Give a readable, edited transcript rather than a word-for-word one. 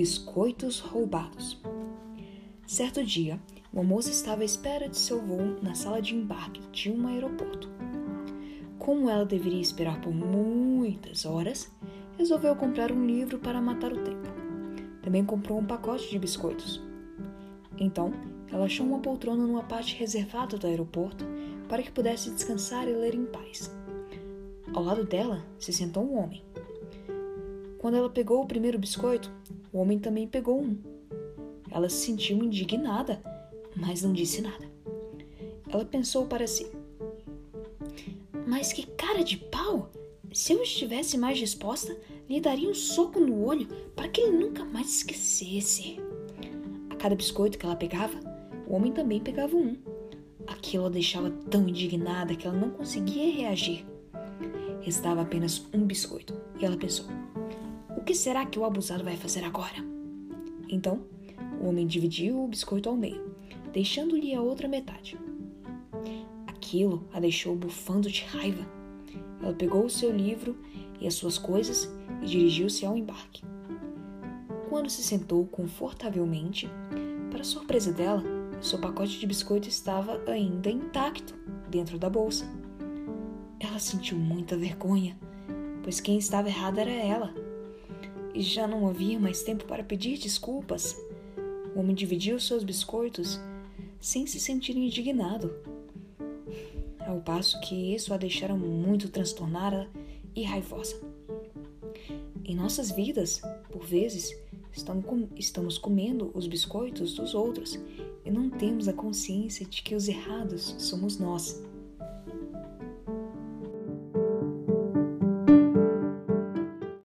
Biscoitos roubados. Certo dia, uma moça estava à espera de seu voo na sala de embarque de um aeroporto. Como ela deveria esperar por muitas horas, resolveu comprar um livro para matar o tempo. Também comprou um pacote de biscoitos. Então, ela achou uma poltrona numa parte reservada do aeroporto para que pudesse descansar e ler em paz. Ao lado dela se sentou um homem. Quando ela pegou o primeiro biscoito, o homem também pegou um. Ela se sentiu indignada, mas não disse nada. Ela pensou para si: mas que cara de pau! Se eu estivesse mais disposta, lhe daria um soco no olho para que ele nunca mais esquecesse. A cada biscoito que ela pegava, o homem também pegava um. Aquilo a deixava tão indignada que ela não conseguia reagir. Restava apenas um biscoito e ela pensou: o que será que o abusado vai fazer agora? Então, o homem dividiu o biscoito ao meio, deixando-lhe a outra metade. Aquilo a deixou bufando de raiva. Ela pegou o seu livro e as suas coisas e dirigiu-se ao embarque. Quando se sentou confortavelmente, para surpresa dela, seu pacote de biscoito estava ainda intacto dentro da bolsa. Ela sentiu muita vergonha, pois quem estava errada era ela. E já não havia mais tempo para pedir desculpas. O homem dividiu seus biscoitos sem se sentir indignado, ao passo que isso a deixara muito transtornada e raivosa. Em nossas vidas, por vezes, estamos comendo os biscoitos dos outros e não temos a consciência de que os errados somos nós.